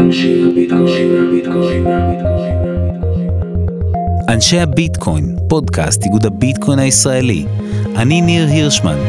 אנשי הביטקוין, פודקאסט איגוד הביטקוין הישראלי. אני ניר הירשמן.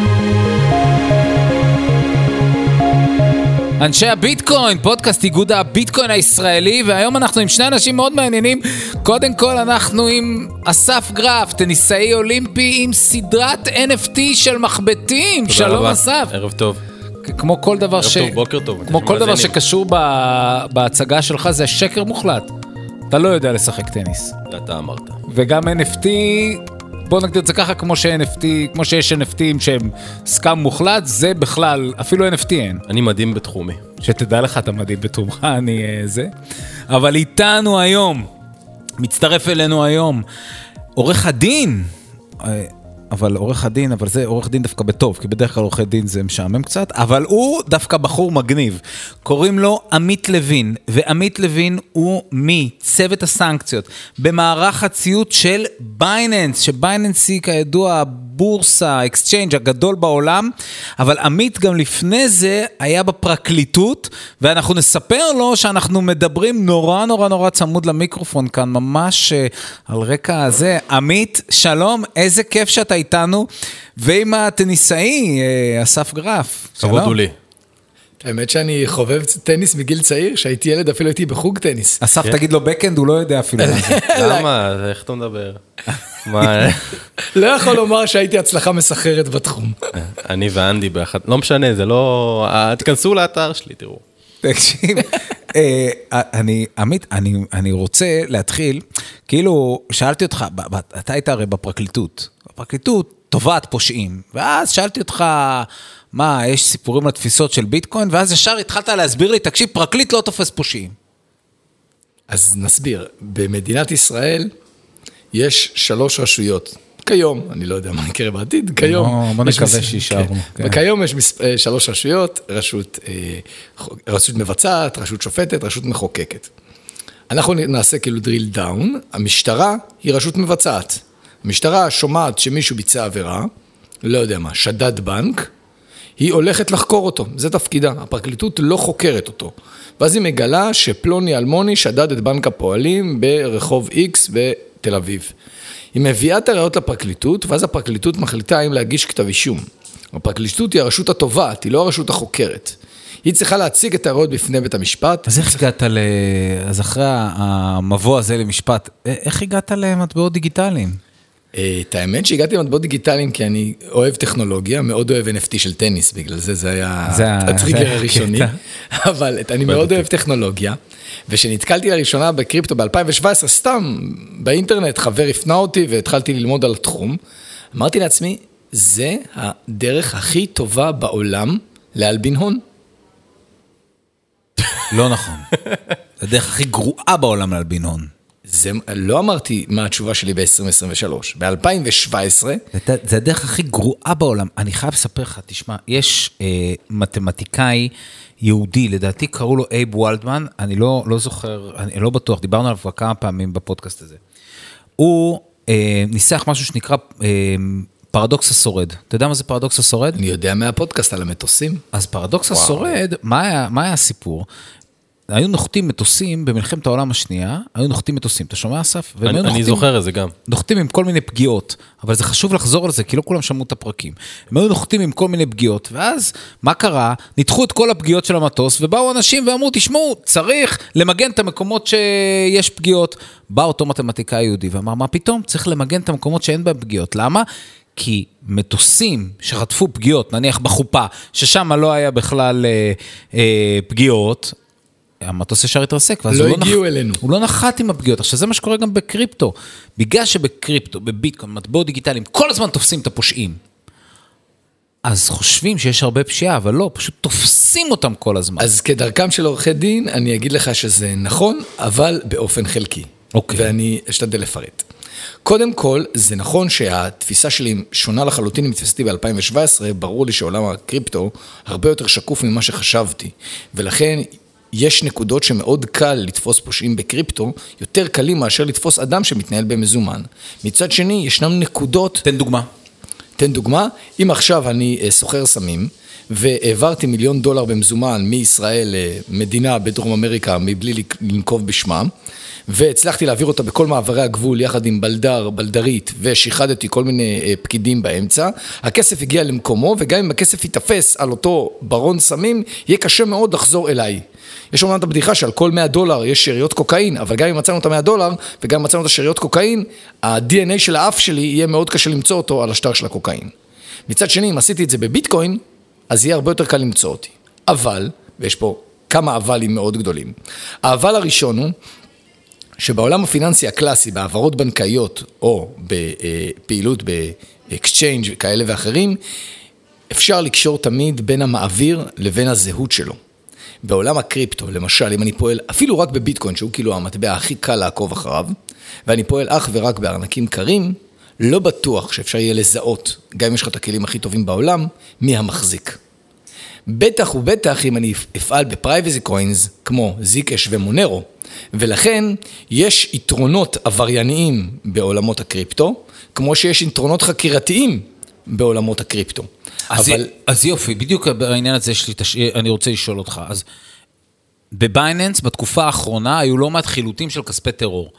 אנשי הביטקוין, פודקאסט איגוד הביטקוין הישראלי, והיום אנחנו עם שני אנשים מאוד מעניינים. קודם כל אנחנו עם אסף גרף, טניסאי אולימפי עם סדרת NFT של מחבטים. שלום אסף. ערב טוב. כמו כל דבר בוקר טוב. כמו כל דבר שקשור בהצגה שלך, זה שקר מוחלט. אתה לא יודע לשחק טניס. אתה אמרת. וגם NFT, בוא נגדיר את זה ככה, כמו שיש NFTים שהם סקאם מוחלט, זה בכלל, אפילו NFT אין. אני מדהים בתחומי. שתדע לך, אתה מדהים בתחומך, אני זה. אבל איתנו היום, מצטרף אלינו היום, עורך הדין, אבל זה עורך דין דווקא בטוב, כי בדרך כלל עורך דין זה משעמם קצת, אבל הוא דווקא בחור מגניב. קוראים לו עמית לוין, ועמית לוין הוא מצוות הסנקציות, במערך הציות של בייננס, שבייננס היא כידוע הבורסה, האקסצ'יינג' הגדול בעולם, אבל עמית גם לפני זה היה בפרקליטות, ואנחנו נספר לו שאנחנו מדברים נורא צמוד למיקרופון כאן, ממש על רקע הזה. עמית, שלום, איזה כיף שאתה איתנו, ועם הטניסאי, אסף גרף. כבוד הוא לי. האמת שאני חובב טניס מגיל צעיר, שהייתי ילד אפילו הייתי בחוג טניס. אסף תגיד לו בקאנד, הוא לא יודע אפילו מה זה. למה? איך אתה מדבר? לא יכול לומר שהייתי הצלחה מסחררת בתחום. אני ואנדי באחד, לא משנה, זה לא... תכנסו לאתר שלי, תראו. תקשיב, עמית, אני רוצה להתחיל, כאילו שאלתי אותך, אתה היית הרי בפרקליטות תובעת פושעים, ואז שאלתי אותך, מה, יש סיפורים על תפיסות של ביטקוין, ואז ישר התחלת להסביר לי, תקשיב, פרקליט לא תופס פושעים. אז נסביר, במדינת ישראל יש 3 רשויות, כיום, אני לא יודע מה נקרא בעתיד, כיום... בוא נקווה שישארו. וכיום יש 3 רשויות, רשות מבצעת, רשות שופטת, רשות מחוקקת. אנחנו נעשה כאילו drill down, המשטרה היא רשות מבצעת. המשטרה שומעת שמישהו ביצע עבירה, לא יודע מה, שדד בנק, היא הולכת לחקור אותו, זה תפקידה, הפרקליטות לא חוקרת אותו. ואז היא מגלה שפלוני אלמוני שדד את בנק הפועלים ברחוב X בתל אביב. היא מביאה את הראיות לפרקליטות, ואז הפרקליטות מחליטה אם להגיש כתב אישום. הפרקליטות היא הרשות התובעת, היא לא הרשות החוקרת. היא צריכה להציג את הראיות בפני בית המשפט. אז איך הגעת אז אחרי המבוא הזה למשפט, איך הגעת למטבעות דיגיטליים? את האמת שהגעתי למטבעות דיגיטליים כי אני אוהב טכנולוגיה, מאוד אוהב NFT של טניס, בגלל זה היה הטריגר הראשוני, אבל אני מאוד אוהב טכנולוגיה, ושנתקלתי לראשונה בקריפטו ב-2017, סתם באינטרנט, חבר הפנה אותי והתחלתי ללמוד על התחום, אמרתי לעצמי, זה הדרך הכי טובה בעולם להלבין הון. לא נכון. זה הדרך הכי גרועה בעולם להלבין הון. זה, לא אמרתי מה התשובה שלי ב-2023, ב-2017. זה הדרך הכי גרועה בעולם. אני חייב לספר לך, תשמע, יש מתמטיקאי יהודי, לדעתי קראו לו אייב וולדמן, אני לא זוכר, אני לא בטוח, דיברנו עליו כמה פעמים בפודקאסט הזה. הוא ניסח משהו שנקרא פרדוקס השורד. אתה יודע מה זה פרדוקס השורד? אני יודע מהפודקאסט על המטוסים. אז פרדוקס השורד, מה היה הסיפור? היו נוחתים מטוסים במלחמת העולם השנייה, היו נוחתים מטוסים, אתה שומע אסף? אני זוכר את זה גם. נוחתים עם כל מיני פגיעות, אבל זה חשוב לחזור על זה, כי לא כולם שמעו את הפרקים. הם היו נוחתים עם כל מיני פגיעות, ואז מה קרה? ניתחו את כל הפגיעות של המטוס, ובאו אנשים ואמרו, תשמעו, צריך למגן את המקומות שיש פגיעות. בא אותו מתמטיקאי יהודי ואמר, מה פתאום? צריך למגן את המקומות שאין בהם פגיעות. למה? כי מטוסים שחטפו פגיעות, נניח בחופה, ששם לא היה בכלל פגיעות, המטוס ישר התרסק, ואז הוא לא נחת עם הפגיעות. עכשיו זה מה שקורה גם בקריפטו. בגלל שבקריפטו, בביטקוין, מטבעות דיגיטליים, כל הזמן תופסים את הפושעים. אז חושבים שיש הרבה פשיעה, אבל לא, פשוט תופסים אותם כל הזמן. אז כדרכם של עורכי דין, אני אגיד לך שזה נכון, אבל באופן חלקי. ואני אשתדל לפרט. קודם כל, זה נכון שהתפיסה שלי שונה לחלוטין עם תפיסתי ב-2017, ברור לי שעולם הקריפטו הרבה יותר שקוף ממה שחשבתי, ולכן יש נקודות שמאוד קל לתפוס פושעים בקריפטו, יותר קלים מאשר לתפוס אדם שמתנהל במזומן. מצד שני, ישנם נקודות... תן דוגמה. תן דוגמה, אם עכשיו אני סוחר סמים, והעברתי $1,000,000 במזומן מישראל למדינה בדרום אמריקה מבלי לנקוב בשמם, והצלחתי להעביר אותה בכל מעברי הגבול יחד עם בלדרית, ושיחדתי כל מיני פקידים באמצע. הכסף הגיע למקומו, וגם אם הכסף יתפס על אותו ברון סמים, יהיה קשה מאוד לחזור אליי. יש אומנם את הבדיחה שעל כל $100 יש שאריות קוקאין, אבל גם אם מצאנו את $100 וגם אם מצאנו את השאריות קוקאין, ה-DNA של האף שלי יהיה מאוד קשה למצוא אותו על השטר של הקוקאין. מצד שני, אם עשיתי את זה בביטקוין, אז יהיה הרבה יותר קל למצוא אותי. אבל, ויש פה כמה אבלים מאוד גדולים. האבל הראשון הוא, שבעולם הפיננסי הקלאסי, בהעברות בנקאיות או בפעילות באקסצ'יינג' כאלה ואחרים, אפשר לקשור תמיד בין המעביר לבין הזהות שלו. בעולם הקריפטו, למשל, אם אני פועל אפילו רק בביטקוין, שהוא כאילו המטבע הכי קל לעקוב אחריו, ואני פועל אך ורק בארנקים קרים, לא בטוח שאפשר יהיה לזהות, גם אם יש לך את הכלים הכי טובים בעולם, מי המחזיק. בטח ובטח אם אני אפעל בפרייבסי קוינס, כמו זיקש ומונרו, ולכן יש יתרונות עברייניים בעולמות הקריפטו, כמו שיש יתרונות חקירתיים בעולמות הקריפטו. אז יופי, בדיוק בעניין הזה אני רוצה לשאול אותך. אז בבייננס, בתקופה האחרונה, היו לא מעט חילוטים של כספי טרור.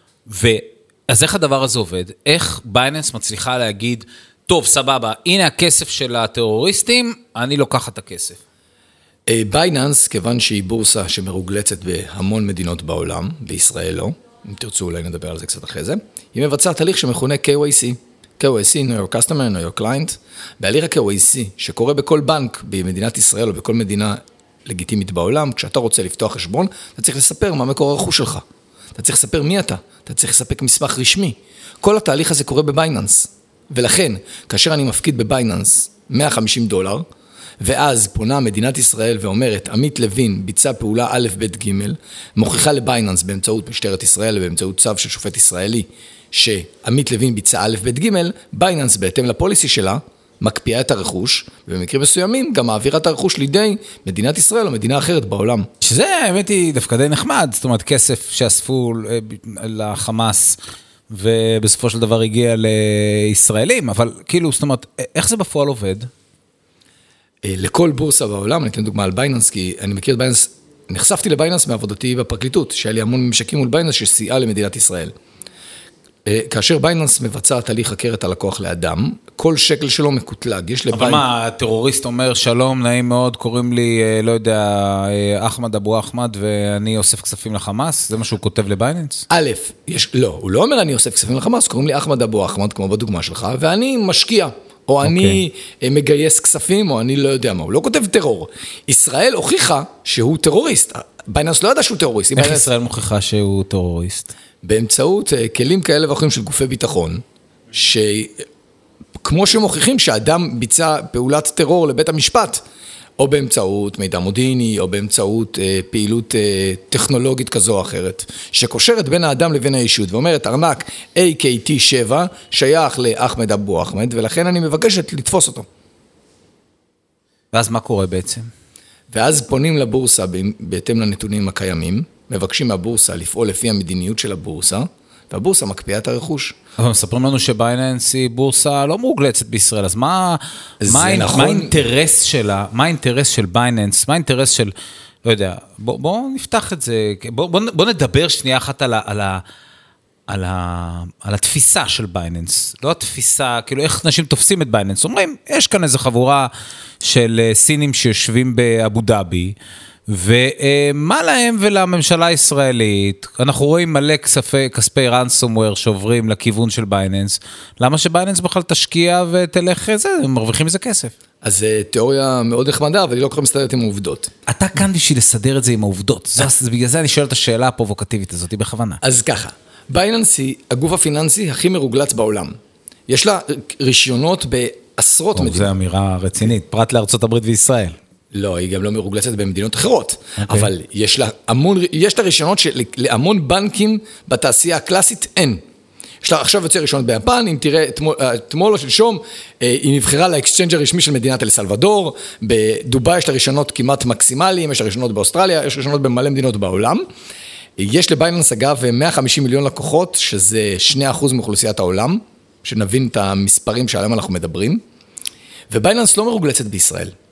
אז איך הדבר הזה עובד? איך בייננס מצליחה להגיד, טוב, סבבה, הנה הכסף של הטרוריסטים, אני לוקח את הכסף. בייננס, כיוון שהיא בורסה שמרוגלצת בהמון מדינות בעולם, בישראל לא, אם תרצו אולי נדבר על זה קצת אחרי זה, היא מבצעת תהליך שמכונה KYC. KYC, Know Your Customer, Know Your Client. בהליך ה-KYC, שקורה בכל בנק במדינת ישראל או בכל מדינה לגיטימית בעולם, כשאתה רוצה לפתוח חשבון, אתה צריך לספר מה מקור הרכוש שלך. אתה צריך לספר מי אתה צריך לספק מסמך רשמי. כל התהליך הזה קורה בבייננס. ולכן, כאשר אני מפקיד בבייננס $150, ואז פונה מדינת ישראל ואומרת, עמית לוין ביצע פעולה א' ב' ג', מוכיחה לבייננס באמצעות משטרת ישראל ובאמצעות צו של שופט ישראלי, שעמית לוין ביצע א' ב' ג', בייננס בהתאם לפוליסי שלה, מקפיאה את הרכוש, ובמקרים מסוימים גם מעבירה את הרכוש לידי מדינת ישראל או מדינה אחרת בעולם. שזה האמת היא דווקא די נחמד, זאת אומרת כסף שאספו לחמאס, ובסופו של דבר הגיע לישראלים, אבל כאילו, זאת אומרת, איך זה בפועל עובד? לכל בורסה בעולם, אני אתן דוגמה על בייננס, כי אני מכיר את בייננס, נחשפתי לבייננס מעבודתי בפרקליטות, שהיה לי המון ממשקים מול בייננס שסייעה למדינת ישראל. כאשר בייננס מבצע תהליך חקרת הלקוח לאדם, כל שקל שלו מקוטלג. אבל מה, הטרוריסט אומר, שלום, נעים מאוד, קוראים לי, לא יודע, אחמד אבו אחמד, ואני אוסף כספים לחמאס? זה מה שהוא כותב לבייננס? א', לא, הוא לא אומר אני אוסף כספים לחמאס, קוראים לי אחמד אבו אחמד, כמו בדוגמה שלך, ואני משקיע, או אני מגייס כספים, או אני לא יודע מה, הוא לא כותב טרור. ישראל הוכיחה שהוא טרוריסט, בייננס לא ידע שהוא טרוריסט. איך ישראל מוכיחה שהוא טרוריסט? באמצעות כלים כאלה ואחרים של גופי ביטחון, שכמו שמוכיחים שאדם ביצע פעולת טרור לבית המשפט, או באמצעות מידע מודיעיני, או באמצעות פעילות טכנולוגית כזו או אחרת, שקושרת בין האדם לבין הישות, ואומרת, ארנק AKT7 שייך לאחמד אבו אחמד, ולכן אני מבקשת לתפוס אותו. ואז מה קורה בעצם? ואז פונים לבורסה בהתאם לנתונים הקיימים, מבקשים מהבורסה לפעול לפי המדיניות של הבורסה, והבורסה מקפיאה את הרכוש. אבל מספרים לנו שבייננס היא בורסה לא מורגלצת בישראל, אז מה האינטרס שלה, מה האינטרס של בייננס, מה האינטרס של, לא יודע, בואו נפתח את זה, בואו נדבר שנייה אחת על התפיסה של בייננס, לא התפיסה, כאילו איך אנשים תופסים את בייננס, אומרים, יש כאן איזו חבורה של סינים שיושבים באבו דאבי, ומה להם ולממשלה הישראלית, אנחנו רואים מלא כספי ransomware שעוברים לכיוון של בייננס, למה שבייננס בכלל תשקיע ותלך איזה, הם מרוויחים איזה כסף? אז תיאוריה מאוד נחמדה, אבל היא לא כל כך מסתדרת עם העובדות. אתה כאן בשביל לסדר את זה עם העובדות, בגלל זה אני שואל את השאלה הפרובוקטיבית הזאת, היא בכוונה. אז ככה, בייננס היא הגוף הפיננסי הכי מרוגלץ בעולם. יש לה רישיונות בעשרות מדינות. זו אמירה רצינית, פרט לארצות הברית וישראל. לא, היא גם לא מרוגלצת במדינות אחרות, אבל יש לה רישיונות שלהמון בנקים בתעשייה הקלאסית אין. יש לה עכשיו יוצא רישיונות ביפן, אם תראה אתמול או שלשום, היא נבחרה לאקסצ'יינג' הרשמי של מדינת אל סלבדור, בדובאי יש לה רישיונות כמעט מקסימליים, יש לה רישיונות באוסטרליה, יש רישיונות במלא מדינות בעולם. יש לבייננס אגב 150 מיליון לקוחות, שזה 2% מאוכלוסיית העולם, שנבין את המספרים שעליהם אנחנו מדברים, ובייננס לא מרוגלצת בישראל.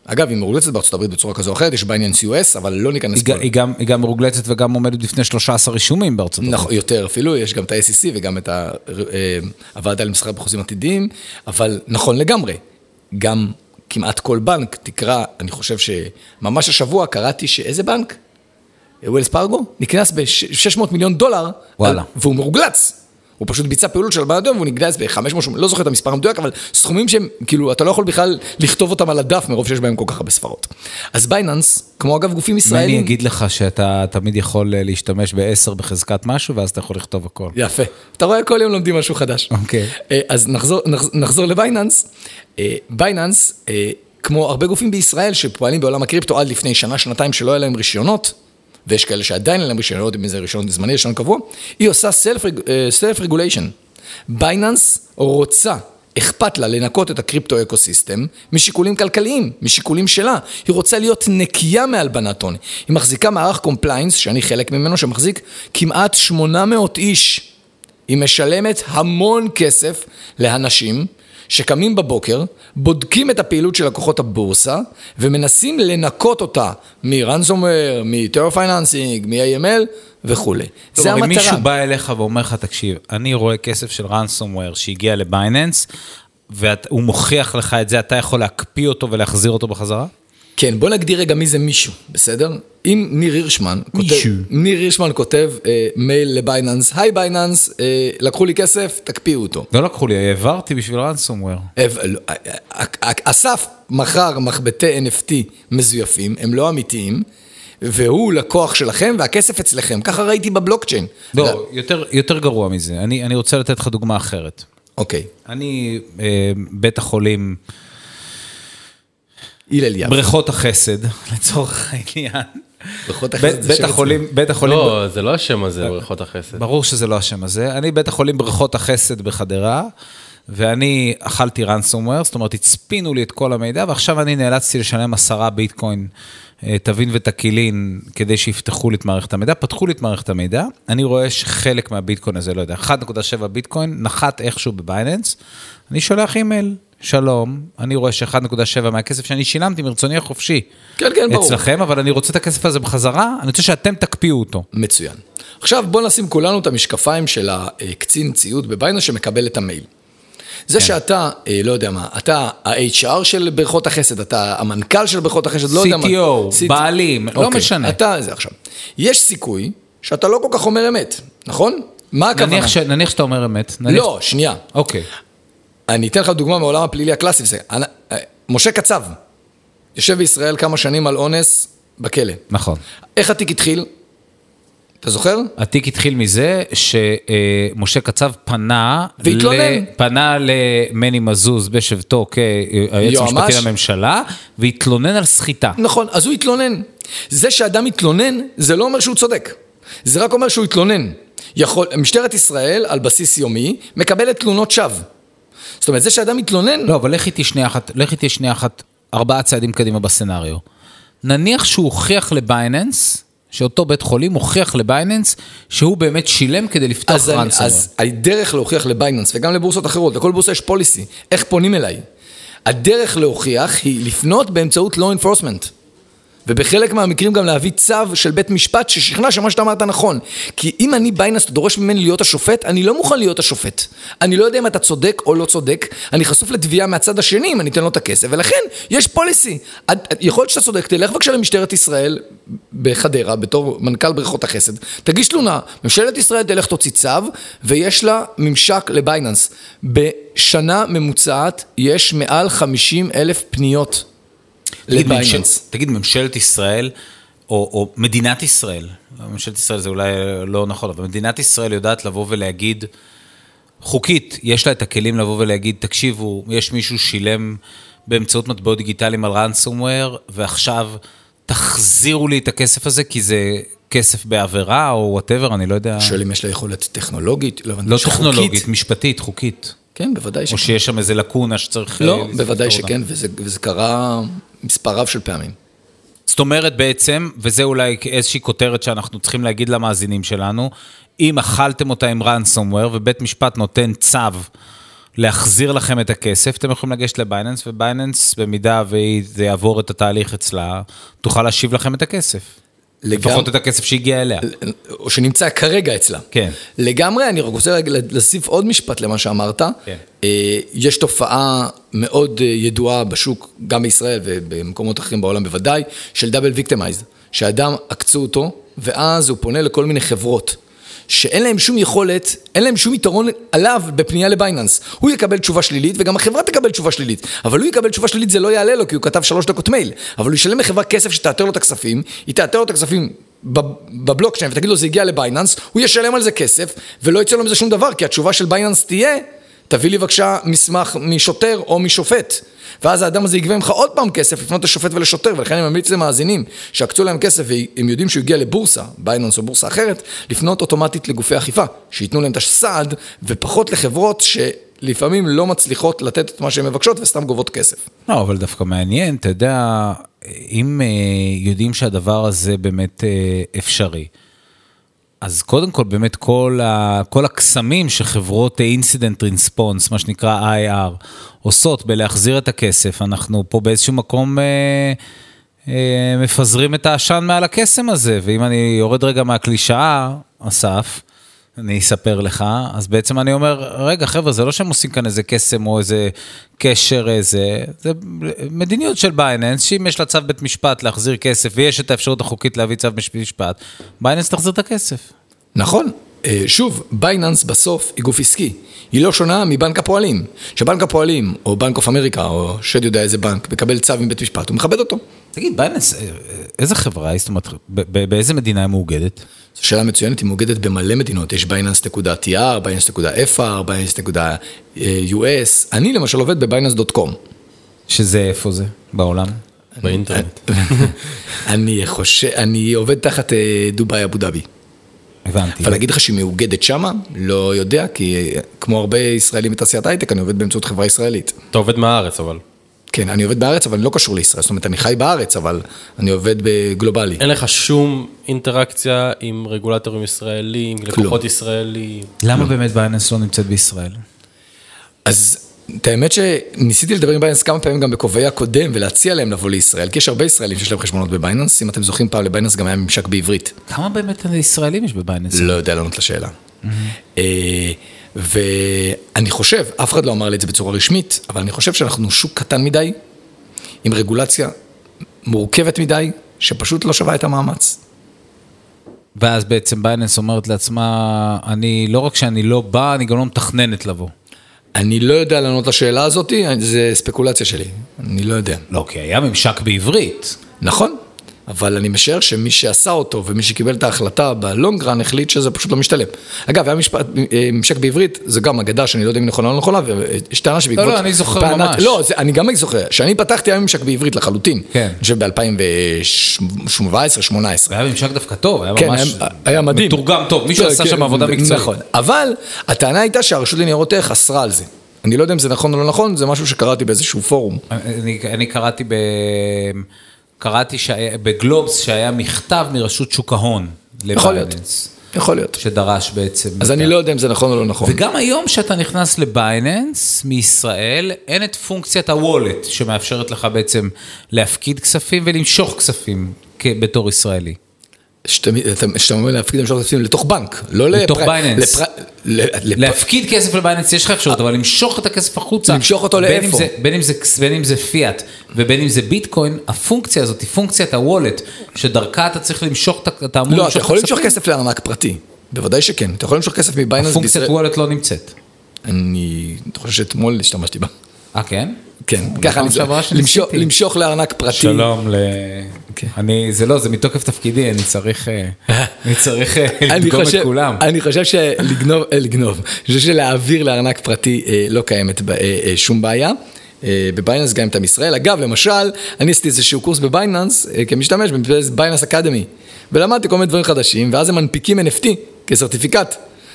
אגב, היא מרוגלצת בארצות הברית בצורה כזו או אחרת, יש בייננס US, אבל לא ניכנס פה. היא גם מרוגלצת וגם עומדת בפני 13 רישומים בארצות הברית. נכון, יותר אפילו, יש גם את ה-SEC וגם את הוועדה למסחר בחוזים עתידיים, אבל נכון לגמרי, גם כמעט כל בנק תקרא, אני חושב שממש השבוע קראתי שאיזה בנק? ווילס פארגו, נקנס ב$600 מיליון, וואלה. והוא מרוגלץ. הוא פשוט ביצע פעילות של הבן אדם, והוא נגנס ב-500, לא זוכר את המספר המדויק, אבל סכומים שהם, כאילו, אתה לא יכול בכלל לכתוב אותם על הדף, מרוב שיש בהם כל כך הרבה ספרות. אז בייננס, כמו אגב גופים ישראלים... אני אגיד לך שאתה תמיד יכול להשתמש ב10 בחזקת משהו, ואז אתה יכול לכתוב הכל. יפה. אתה רואה, כל יום לומדים משהו חדש. אוקיי. אז נחזור לבייננס. בייננס, כמו הרבה גופים בישראל שפועלים בעולם הקריפטו עד לפני שנה, שנתיים שלא היה להם רישיונות, ויש כאלה שעדיין אין להם רישיון, לא יודעים אם זה רישיון זמני, רישיון קבוע, היא עושה self-regulation. בייננס רוצה, אכפת לה לנקות את הקריפטו אקוסיסטם משיקולים כלכליים, משיקולים שלה. היא רוצה להיות נקייה מהלבנת הון. היא מחזיקה מערך קומפליינס, שאני חלק ממנו, שמחזיק כמעט 800 איש. היא משלמת המון כסף לאנשים שקמים בבוקר, בודקים את הפעילות של לקוחות הבורסה, ומנסים לנקות אותה מ-ransomware, מ-terror financing, מ-AML וכו'. זה המטרה. אם מישהו בא אליך ואומר לך, תקשיב, אני רואה כסף של ransomware שהגיע לבייננס, והוא מוכיח לך את זה, אתה יכול להקפיא אותו ולהחזיר אותו בחזרה? כן, בוא נגדיר רגע מי זה מישהו, בסדר? אם ניר הירשמן כותב מייל לבייננס, היי בייננס, לקחו לי כסף, תקפיאו אותו. לא לקחו לי, העברתי בשביל ransomware. אסף מחר מחבטי NFT מזויפים, הם לא אמיתיים, והוא לקוח שלכם והכסף אצלכם, ככה ראיתי בבלוקצ'יין. לא, יותר גרוע מזה, אני רוצה לתת לך דוגמה אחרת. אוקיי. אני בית החולים... בריכות החסד, לצורך העניין. בריכות החסד זה שם אצלנו. בית החולים... לא, זה לא השם הזה, בריכות החסד. ברור שזה לא השם הזה. אני בית החולים בריכות החסד בחדרה, ואני אכלתי ransomware, זאת אומרת, הצפינו לי את כל המידע, ועכשיו אני נאלצתי לשלם 10 ביטקוין, תבין ותקילין, כדי שיפתחו לי את מערכת המידע. פתחו לי את מערכת המידע, אני רואה שחלק מהביטקוין הזה, לא יודע, 1.7 ביטקוין, נחת איכשהו בבייננס, אני שולח אימייל. שלום, אני רואה ש1.7 מהכסף שאני שילמתי מרצוני החופשי. כן, ברור. אצלכם, אבל אני רוצה את הכסף הזה בחזרה, אני רוצה שאתם תקפיאו אותו. מצוין. עכשיו בוא נשים כולנו את המשקפיים של הקצין ציוד בבייננס שמקבל את המייל. זה שאתה, לא יודע מה, אתה ה-HR של בריכות החסד, אתה המנכ"ל של בריכות החסד, לא יודע מה. CTO, בעלים, לא משנה. אתה, זה עכשיו. יש סיכוי שאתה לא כל כך אומר אמת, נכון? מה הכוונה? נניח שאתה אומר אמת. לא, שנייה. אוקיי. אני אתן לך דוגמה מעולם הפלילי הקלאסי, משה קצב, יושב בישראל כמה שנים על אונס בכלא. נכון. איך התיק התחיל? אתה זוכר? התיק התחיל מזה שמשה קצב פנה למני מזוז בשבתו כיועץ המשפטי לממשלה, והתלונן על סחיטה. נכון, אז הוא התלונן. זה שאדם התלונן, זה לא אומר שהוא צודק. זה רק אומר שהוא התלונן. משטרת ישראל, על בסיס יומי, מקבלת תלונות שווא. זאת אומרת, זה שאדם מתלונן... לא, אבל לך איתי שנייה אחת, 4 צעדים קדימה בסצנריו. נניח שהוא הוכיח לבייננס, שאותו בית חולים הוכיח לבייננס, שהוא באמת שילם כדי לפתוח ransomware. אז הדרך להוכיח לבייננס, וגם לבורסות אחרות, לכל בורסה יש פוליסי, איך פונים אליי? הדרך להוכיח היא לפנות באמצעות law enforcement. ובחלק מהמקרים גם להביא צו של בית משפט ששכנע שמה שאתה אמרת נכון. כי אם אני בייננס דורש ממני להיות השופט, אני לא מוכן להיות השופט. אני לא יודע אם אתה צודק או לא צודק, אני חשוף לתביעה מהצד השני אם אני אתן לו את הכסף, ולכן יש פוליסי. יכול להיות שאתה צודק, תלך בבקשה למשטרת ישראל בחדרה, בתור מנכ"ל בריכות החסד, תגיש תלונה, ממשלת ישראל תלך תוציא צו, ויש לה ממשק לבייננס. בשנה ממוצעת יש מעל 50,000 פניות. תגיד, ממשלת ישראל, או מדינת ישראל, ממשלת ישראל זה אולי לא נכון, אבל מדינת ישראל יודעת לבוא ולהגיד, חוקית, יש לה את הכלים לבוא ולהגיד, תקשיבו, יש מישהו שילם באמצעות מטבעות דיגיטליים על ransomware, ועכשיו תחזירו לי את הכסף הזה, כי זה כסף בעבירה, או whatever, אני לא יודע. שואל אם יש לה יכולת טכנולוגית, לא טכנולוגית, משפטית, חוקית. כן, בוודאי שכן. או שיש שם איזה לקונה שצריך... לא, בוודאי שכן, וזה קרה מספר רב של פעמים. זאת אומרת בעצם, וזה אולי איזושהי כותרת שאנחנו צריכים להגיד למאזינים שלנו, אם אכלתם אותה עם ransomware ובית משפט נותן צו להחזיר לכם את הכסף, אתם יכולים לגשת לבייננס, ובייננס, במידה וזה יעבור את התהליך אצלה, תוכל להשיב לכם את הכסף. לפחות את הכסף שהגיע אליה. או שנמצא כרגע אצלה. כן. לגמרי, אני רוצה להוסיף עוד משפט למה שאמרת. כן. יש תופעה מאוד ידועה בשוק, גם בישראל ובמקומות אחרים בעולם בוודאי, של דאבל ויקטימייזד, שאדם עקצו אותו, ואז הוא פונה לכל מיני חברות, שאין להם שום יכולת, אין להם שום יתרון עליו בפנייה לבייננס. הוא יקבל תשובה שלילית, וגם החברה תקבל תשובה שלילית. אבל הוא יקבל תשובה שלילית, זה לא יעלה לו, כי הוא כתב 3 דקות מייל. אבל הוא ישלם לחברה כסף שתאתר לו את הכספים, היא תאתר לו את הכספים בבלוקצ'יין, ותגיד לו, זה הגיע לבייננס, הוא ישלם על זה כסף, ולא יצא לו מזה שום דבר, כי התשובה של בייננס תהיה, תביא לי בבקשה מסמך משוטר או משופט. ואז האדם הזה יגבה ממך עוד פעם כסף לפנות לשופט ולשוטר, ולכן אני ממליץ למאזינים שעקצו להם כסף והם יודעים שהוא הגיע לבורסה, בייננס או בורסה אחרת, לפנות אוטומטית לגופי אכיפה, שיתנו להם את הסעד ופחות לחברות שלפעמים לא מצליחות לתת את מה שהן מבקשות וסתם גובות כסף. לא, אבל דווקא מעניין, אתה יודע, אם יודעים שהדבר הזה באמת אפשרי, אז קודם כל באמת כל הקסמים שחברות Incident Response, מה שנקרא IR, עושות בלהחזיר את הכסף, אנחנו פה באיזשהו מקום מפזרים את העשן מעל הקסם הזה, ואם אני יורד רגע מהקלישאה, אסף, אני אספר לך, אז בעצם אני אומר, רגע חבר'ה, זה לא שהם עושים כאן איזה קסם או איזה קשר איזה, זה מדיניות של בייננס, שאם יש לה צו בית משפט להחזיר כסף, ויש את האפשרות החוקית להביא צו בית משפט, בייננס תחזיר את הכסף. נכון. שוב, בייננס בסוף היא גוף עסקי. היא לא שונה מבנק הפועלים. שבנק הפועלים, או בנק אוף אמריקה, או שד יודע איזה בנק, מקבל צו מבית משפט, הוא מכבד אותו. תגיד, בייננס, איזה חברה היא? זאת אומרת, באיזה מדינה היא מאוגדת? זו שאלה מצוינת, היא מאוגדת במלא מדינות. יש בייננס.tr, בייננס.fr, בייננס.us. אני למשל עובד בבייננס.com. שזה איפה זה? בעולם? באינטרנט. אני עובד תחת דובאי אבו דאבי. הבנתי. אבל להגיד לך שהיא מאוגדת שמה? לא יודע, כי כמו הרבה ישראלים בתעשיית הייטק, אני עובד באמצעות חברה ישראלית. אתה עובד מהארץ, אבל. כן, אני עובד בארץ, אבל אני לא קשור לישראל. זאת אומרת, אני חי בארץ, אבל אני עובד בגלובלי. אין לך שום אינטראקציה עם רגולטורים ישראלים, לקוחות ישראלים. למה באמת בייננס לא נמצאת בישראל? אז את האמת שניסיתי לדבר עם בייננס כמה פעמים גם בכובעי הקודם, ולהציע להם לבוא לישראל, כי יש הרבה ישראלים שיש להם חשבונות בבייננס. אם אתם זוכרים פעם, לבייננס גם היה ממשק בעברית. כמה באמת ישראלים יש בבייננס? לא יודע לענות לשאלה. ואני חושב, אף אחד לא אמר לי את זה בצורה רשמית, אבל אני חושב שאנחנו שוק קטן מדי, עם רגולציה מורכבת מדי, שפשוט לא שווה את המאמץ. ואז בעצם בייננס אומרת לעצמה, לא רק שאני לא בא, אני גם לא מתכננת לבוא. אני לא יודע לענות לשאלה הזאת, זה ספקולציה שלי, אני לא יודע. לא, כי היה ממשק בעברית. נכון, אבל אני משער שמי שעשה אותו ומי שקיבל את ההחלטה בלונגרן החליט שזה פשוט לא משתלם. אגב, היה ממשק בעברית, זה גם אגדה שאני לא יודע אם נכונה או לא נכונה, ויש טענה שבעקבות... לא, אני זוכר ממש. לא, אני גם זוכר, שאני פתחתי היה ממשק בעברית לחלוטין. כן. אני חושב ב-2017-2018. והיה ממשק דווקא טוב, היה ממש... היה מדהים. מתורגם טוב, מישהו עשה שם עבודה מקצועית. נכון, אבל הטענה הייתה שהרשות לניירות ערך אסרה על זה. אני לא יודע אם זה נכון או לא נכון, זה משהו שקראתי באיזשהו פורום. אני קראתי בגלובס שהיה מכתב מרשות שוק ההון לבייננס. יכול להיות. שדרש בעצם. אז אני לא יודע אם זה נכון או לא נכון. וגם היום שאתה נכנס לבייננס מישראל, אין את פונקציית הוולט שמאפשרת לך בעצם להפקיד כספים ולמשוך כספים בתור ישראלי. שאתה אומר להפקיד למשוך כספים לתוך בנק, לא לתוך בייננס. להפקיד כסף לבייננס יש לך אפשרות, אבל למשוך את הכסף החוצה. למשוך אותו לאיפה? בין אם זה פיאט ובין אם זה ביטקוין, הפונקציה הזאת היא פונקציית הוולט, שדרכה אתה צריך למשוך את העמוד. לא, אתה יכול למשוך כסף לארנק פרטי. בוודאי שכן. אתה יכול למשוך כסף מבייננס בישראל. הפונקציית וולט לא נמצאת. אני חושב שאתמול השתמשתי בה. כן? כן, ככה למשוך לארנק פרטי. שלום, זה לא, זה מתוקף תפקידי, אני צריך לדגום את כולם. אני חושב שלגנוב, אני חושב שלהעביר לארנק פרטי לא קיימת שום בעיה. בבייננס גם עם ישראל. אגב, למשל, אני עשיתי איזשהו קורס בבייננס, כמשתמש בבייננס אקדמי, ולמדתי כל מיני דברים חדשים, ואז הם מנפיקים NFT כסרטיפיקט.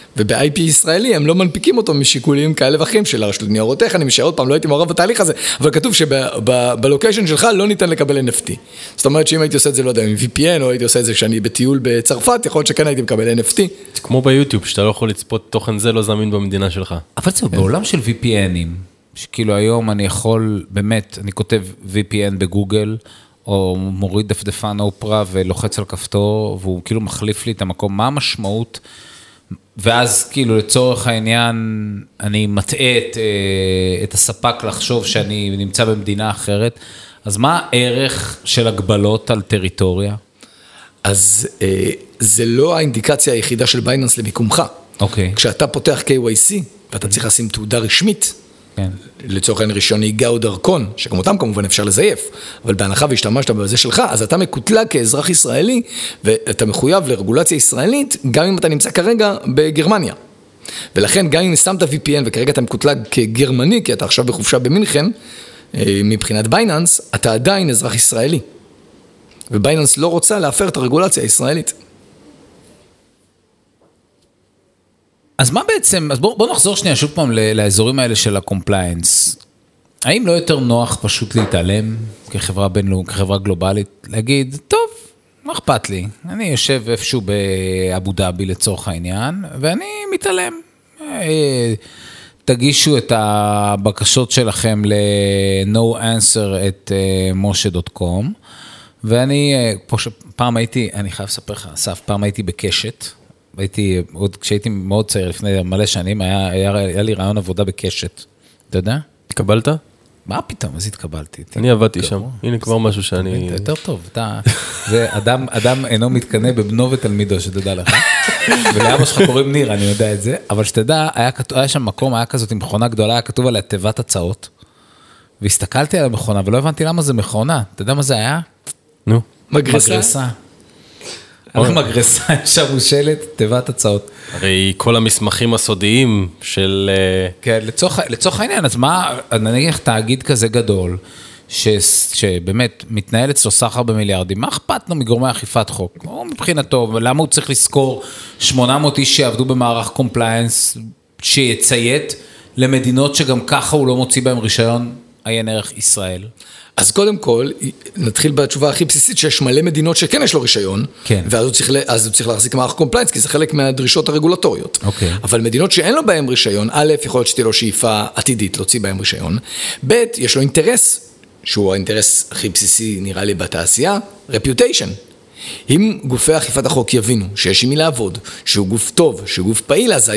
וב-IP ישראלי הם לא מנפיקים אותו משיקולים כאלה ואחרים של הרשות לניירות ערך, אני משאר עוד פעם, לא הייתי מעורב בתהליך הזה, אבל כתוב שבלוקיישן שלך לא ניתן לקבל NFT. זאת אומרת שאם הייתי עושה את זה, לא יודע, עם VPN, או הייתי עושה את זה כשאני בטיול בצרפת, יכול להיות שכן הייתי מקבל NFT. כמו ביוטיוב, שאתה לא יכול לצפות תוכן זה לא זמין במדינה שלך. אבל זהו, בעולם של VPNים, שכאילו היום אני יכול, באמת, אני כותב VPN בגוגל, או מוריד דפדפן אופרה ולוחץ על כפתור, והוא כאילו מחליף לי את המקום, מה המשמעות? ואז כאילו לצורך העניין, אני מטעה את הספק לחשוב שאני נמצא במדינה אחרת, אז מה הערך של הגבלות על טריטוריה? אז זה לא האינדיקציה היחידה של בייננס למיקומך. אוקיי. כשאתה פותח KYC, ואתה צריך לשים תעודה רשמית, כן. לצורך העניין רישיון נהיגה או דרכון, שגם אותם כמובן אפשר לזייף, אבל בהנחה והשתמשת בזה שלך, אז אתה מקוטלג כאזרח ישראלי, ואתה מחויב לרגולציה ישראלית, גם אם אתה נמצא כרגע בגרמניה. ולכן גם אם שמת VPN וכרגע אתה מקוטלג כגרמני, כי אתה עכשיו בחופשה במינכן, מבחינת בייננס, אתה עדיין אזרח ישראלי. ובייננס לא רוצה להפר את הרגולציה הישראלית. אז מה בעצם, אז בוא נחזור שנייה שוב פעם לאזורים האלה של הקומפליינס. האם לא יותר נוח פשוט להתעלם כחברה בינלאומית, כחברה גלובלית, להגיד, טוב, מה אכפת לי? אני יושב איפשהו באבו דאבי לצורך העניין, ואני מתעלם. תגישו את הבקשות שלכם ל-no answer at moshe.com, ואני, פעם הייתי, אני חייב לספר לך, אסף, פעם הייתי בקשת, עוד כשהייתי מאוד צעיר לפני מלא שנים, היה לי רעיון עבודה בקשת. אתה יודע? התקבלת? מה פתאום? אז התקבלתי. אני עבדתי שם. הנה כבר משהו שאני... יותר טוב. זה אדם אינו מתקנא בבנו ותלמידו, שתדע לך. ולאבא שלך קוראים ניר, אני יודע את זה. אבל שתדע, היה שם מקום, היה כזאת עם מכונה גדולה, היה כתוב עליה תיבת הצעות. והסתכלתי על המכונה, ולא הבנתי למה זה מכונה. אתה יודע מה זה היה? נו. מגרסה. על מגרסה, שם מושלת, תיבת הצעות. הרי כל המסמכים הסודיים של... כן, לצורך העניין, אז מה, נניח תאגיד כזה גדול, שבאמת מתנהל אצלו סחר במיליארדים, מה אכפת לו מגורמי אכיפת חוק? או מבחינתו, למה הוא צריך לזכור 800 איש שיעבדו במערך קומפליינס, שיציית למדינות שגם ככה הוא לא מוציא בהם רישיון עיין ערך ישראל? אז קודם כל, נתחיל בתשובה הכי בסיסית, שיש מלא מדינות שכן יש לו רישיון, כן. ואז הוא צריך להחזיק מערך קומפליינס, כי זה חלק מהדרישות הרגולטוריות. אוקיי. אבל מדינות שאין לו בהם רישיון, א', יכול להיות שתהיה לו שאיפה עתידית להוציא בהם רישיון, ב', יש לו אינטרס, שהוא האינטרס הכי בסיסי נראה לי בתעשייה, reputation. אם גופי אכיפת החוק יבינו שיש עם מי לעבוד, שהוא גוף טוב, שהוא גוף פעיל, אז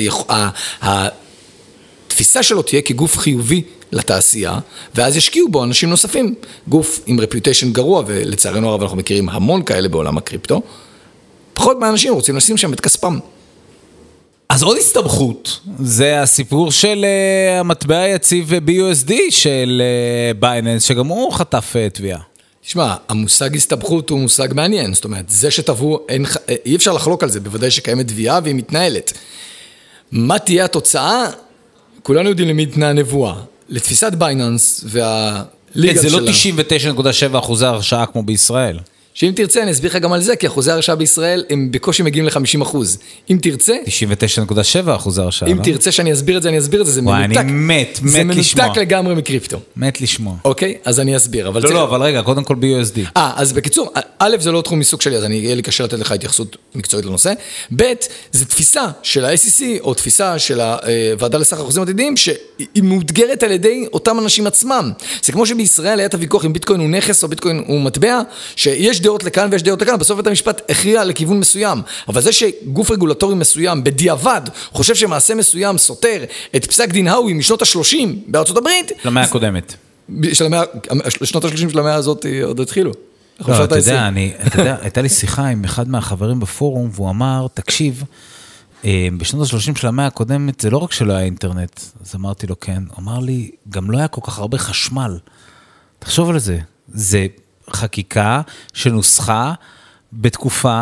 התפיסה שלו תהיה כגוף חיובי לתעשייה, ואז ישקיעו בו אנשים נוספים. גוף עם רפיוטיישן גרוע, ולצערנו הרב אנחנו מכירים המון כאלה בעולם הקריפטו, פחות מהאנשים רוצים לשים שם את כספם. אז עוד הסתבכות, זה הסיפור של המטבע היציב BUSD של בייננס, שגם הוא חטף תביעה. תשמע, המושג הסתבכות הוא מושג מעניין, זאת אומרת, זה שטבעו, אי אפשר לחלוק על זה, בוודאי שקיימת תביעה והיא מתנהלת. מה תהיה התוצאה? כולנו יודעים למי ניתנה הנבואה. לתפיסת בייננס והליגה שלה. זה לא 99.7% הרשעה כמו בישראל. שאם תרצה, אני אסביר לך גם על זה, כי אחוזי הרשעה בישראל הם בקושי מגיעים ל-50%. אם תרצה... 99.7% הרשעה, לא? אם תרצה שאני אסביר את זה, אני אסביר את זה, זה מנותק. וואי, אני מת לשמוע. זה מנותק לגמרי מקריפטו. מת לשמוע. אוקיי? אז אני אסביר. לא, אבל רגע, קודם כל BUSD. אז בקיצור, א', זה לא תחום מסוג שלי, אז יהיה לי קשה לתת לך התייחסות מקצועית לנושא. ב', זה תפיסה של ה-SEC, או תפיסה של הוועדה לסחר חוזים עתידיים, שהיא מאותגרת על ידי אותם אנשים עצמם. זה כמו שבישראל היה את הוויכוח אם ביטקוין הוא נכס או ביטקוין הוא מטבע, שיש דעות לכאן ויש דעות לכאן, בסוף בית המשפט הכריע לכיוון מסוים. אבל זה שגוף רגולטורי מסוים, בדיעבד, חושב שמעשה מסוים סותר את פסק דין האווי משנות ה-30 בארצות הברית. למאה הקודמת. שנות ה-30 של המאה הזאת עוד התחילו. לא, אתה יודע, הייתה לי שיחה עם אחד מהחברים בפורום, והוא אמר, תקשיב, בשנות ה-30 של המאה הקודמת, זה לא רק שלא היה אינטרנט, אז אמרתי לו כן, הוא אמר לי, גם לא היה כל כך הרבה חשמל. תחשוב על זה, זה חקיקה שנוסחה בתקופה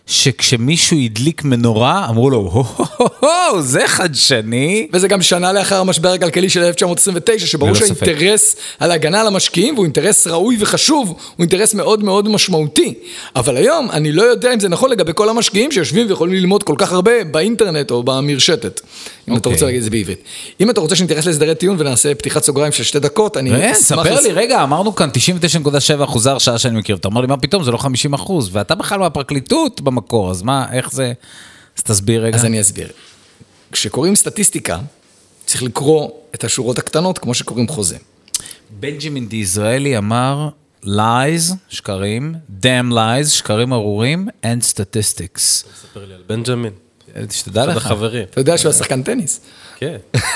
שכשמישהו הדליק מנורה, אמרו לו, זה חדשני. וזה גם שנה לאחר המשבר הכלכלי של 1929, שברור שהאינטרס על הגנה על המשקיעים, והוא אינטרס ראוי וחשוב, הוא אינטרס מאוד מאוד משמעותי. אבל היום אני לא יודע אם זה נכון לגבי כל המשקיעים שיושבים ויכולים ללמוד כל כך הרבה באינטרנט או במרשתת. אם אתה רוצה להגיד את זה בעברית. אם אתה רוצה שנתייחס להסדרי טיעון ונעשה פתיחת סוגריים של 2 דקות, אני אשמח... ספר לי, רגע, אמרנו כאן 99.7% הרשעה שאני מכיר. אתה אומר לי, מה פתאום? זה לא 50%. ואתה בכלל מהפרקליטות במקור, אז מה, איך זה? אז תסביר רגע. אז אני אסביר. כשקוראים סטטיסטיקה, צריך לקרוא את השורות הקטנות כמו שקוראים חוזה. בנג'מין דיזרעאלי אמר, lies, שקרים, damn lies, שקרים ארורים, and statistics. תספר לי על בנג'מין. שתדע לך. חברים. אתה יודע שהוא השחקן טניס. כן.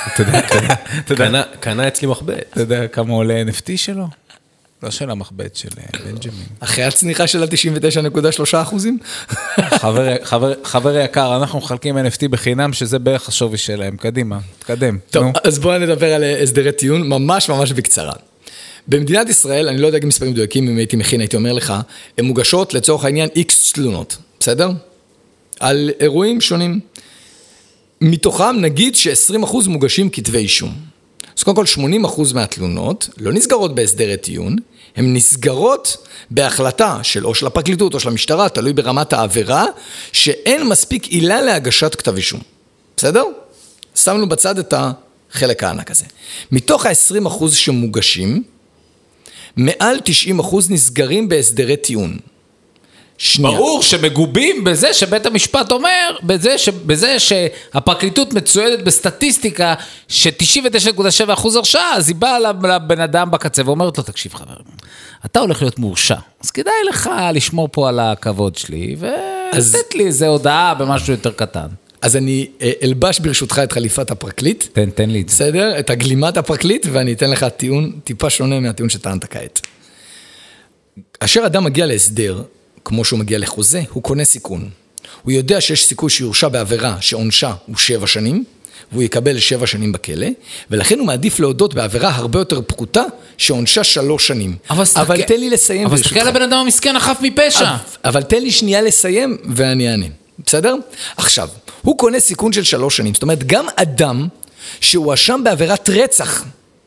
אתה יודע. קנה אצלי מחבט. אתה יודע כמה עולה NFT שלו? לא של המחבט של בנג'מין. אחרי הצניחה של ה-99.3%? חבר יקר, אנחנו מחלקים NFT בחינם, שזה בערך השווי שלהם. קדימה, תקדם. טוב, אז בואו נדבר על הסדרי טיעון, ממש ממש בקצרה. במדינת ישראל, אני לא יודע אם מספרים מדויקים, אם הייתי מכין, הייתי אומר לך, הן מוגשות לצורך העניין X תלונות, בסדר? על אירועים שונים. מתוכם נגיד ש20% מוגשים כתבי אישום. אז קודם כל 80% מהתלונות לא נסגרות בהסדרי טיעון, הן נסגרות בהחלטה של או של הפרקליטות או של המשטרה, תלוי ברמת העבירה, שאין מספיק עילה להגשת כתב אישום. בסדר? שמנו בצד את החלק הענק הזה. מתוך ה-20% שמוגשים, מעל 90% נסגרים בהסדרי טיעון. ברור שמגובים בזה שבית המשפט אומר, בזה שהפרקליטות מצוידת בסטטיסטיקה ש99.7% הרשעה, אז היא באה לבן אדם בקצה ואומרת לו, תקשיב חבר, אתה הולך להיות מורשע, אז כדאי לך לשמור פה על הכבוד שלי, ולתת לי איזו הודעה במשהו יותר קטן. אז אני אלבש ברשותך את חליפת הפרקליט. תן לי את זה. בסדר? את הגלימת הפרקליט, ואני אתן לך טיעון טיפה שונה מהטיעון שטענת כעת. אשר אדם מגיע להסדר, כמו שהוא מגיע לחוזה, הוא קונה סיכון. הוא יודע שיש סיכוי שיורשע בעבירה שעונשה הוא 7 שנים, והוא יקבל 7 שנים בכלא, ולכן הוא מעדיף להודות בעבירה הרבה יותר פחותה, שעונשה 3 שנים. אבל תן לי לסיים. אבל תסתכל לבן אדם המסכן החף מפשע. אבל תן לי שנייה לסיים, ואני אענה. בסדר? עכשיו, הוא קונה סיכון של 3 שנים. זאת אומרת, גם אדם שהוא אשם בעבירת רצח,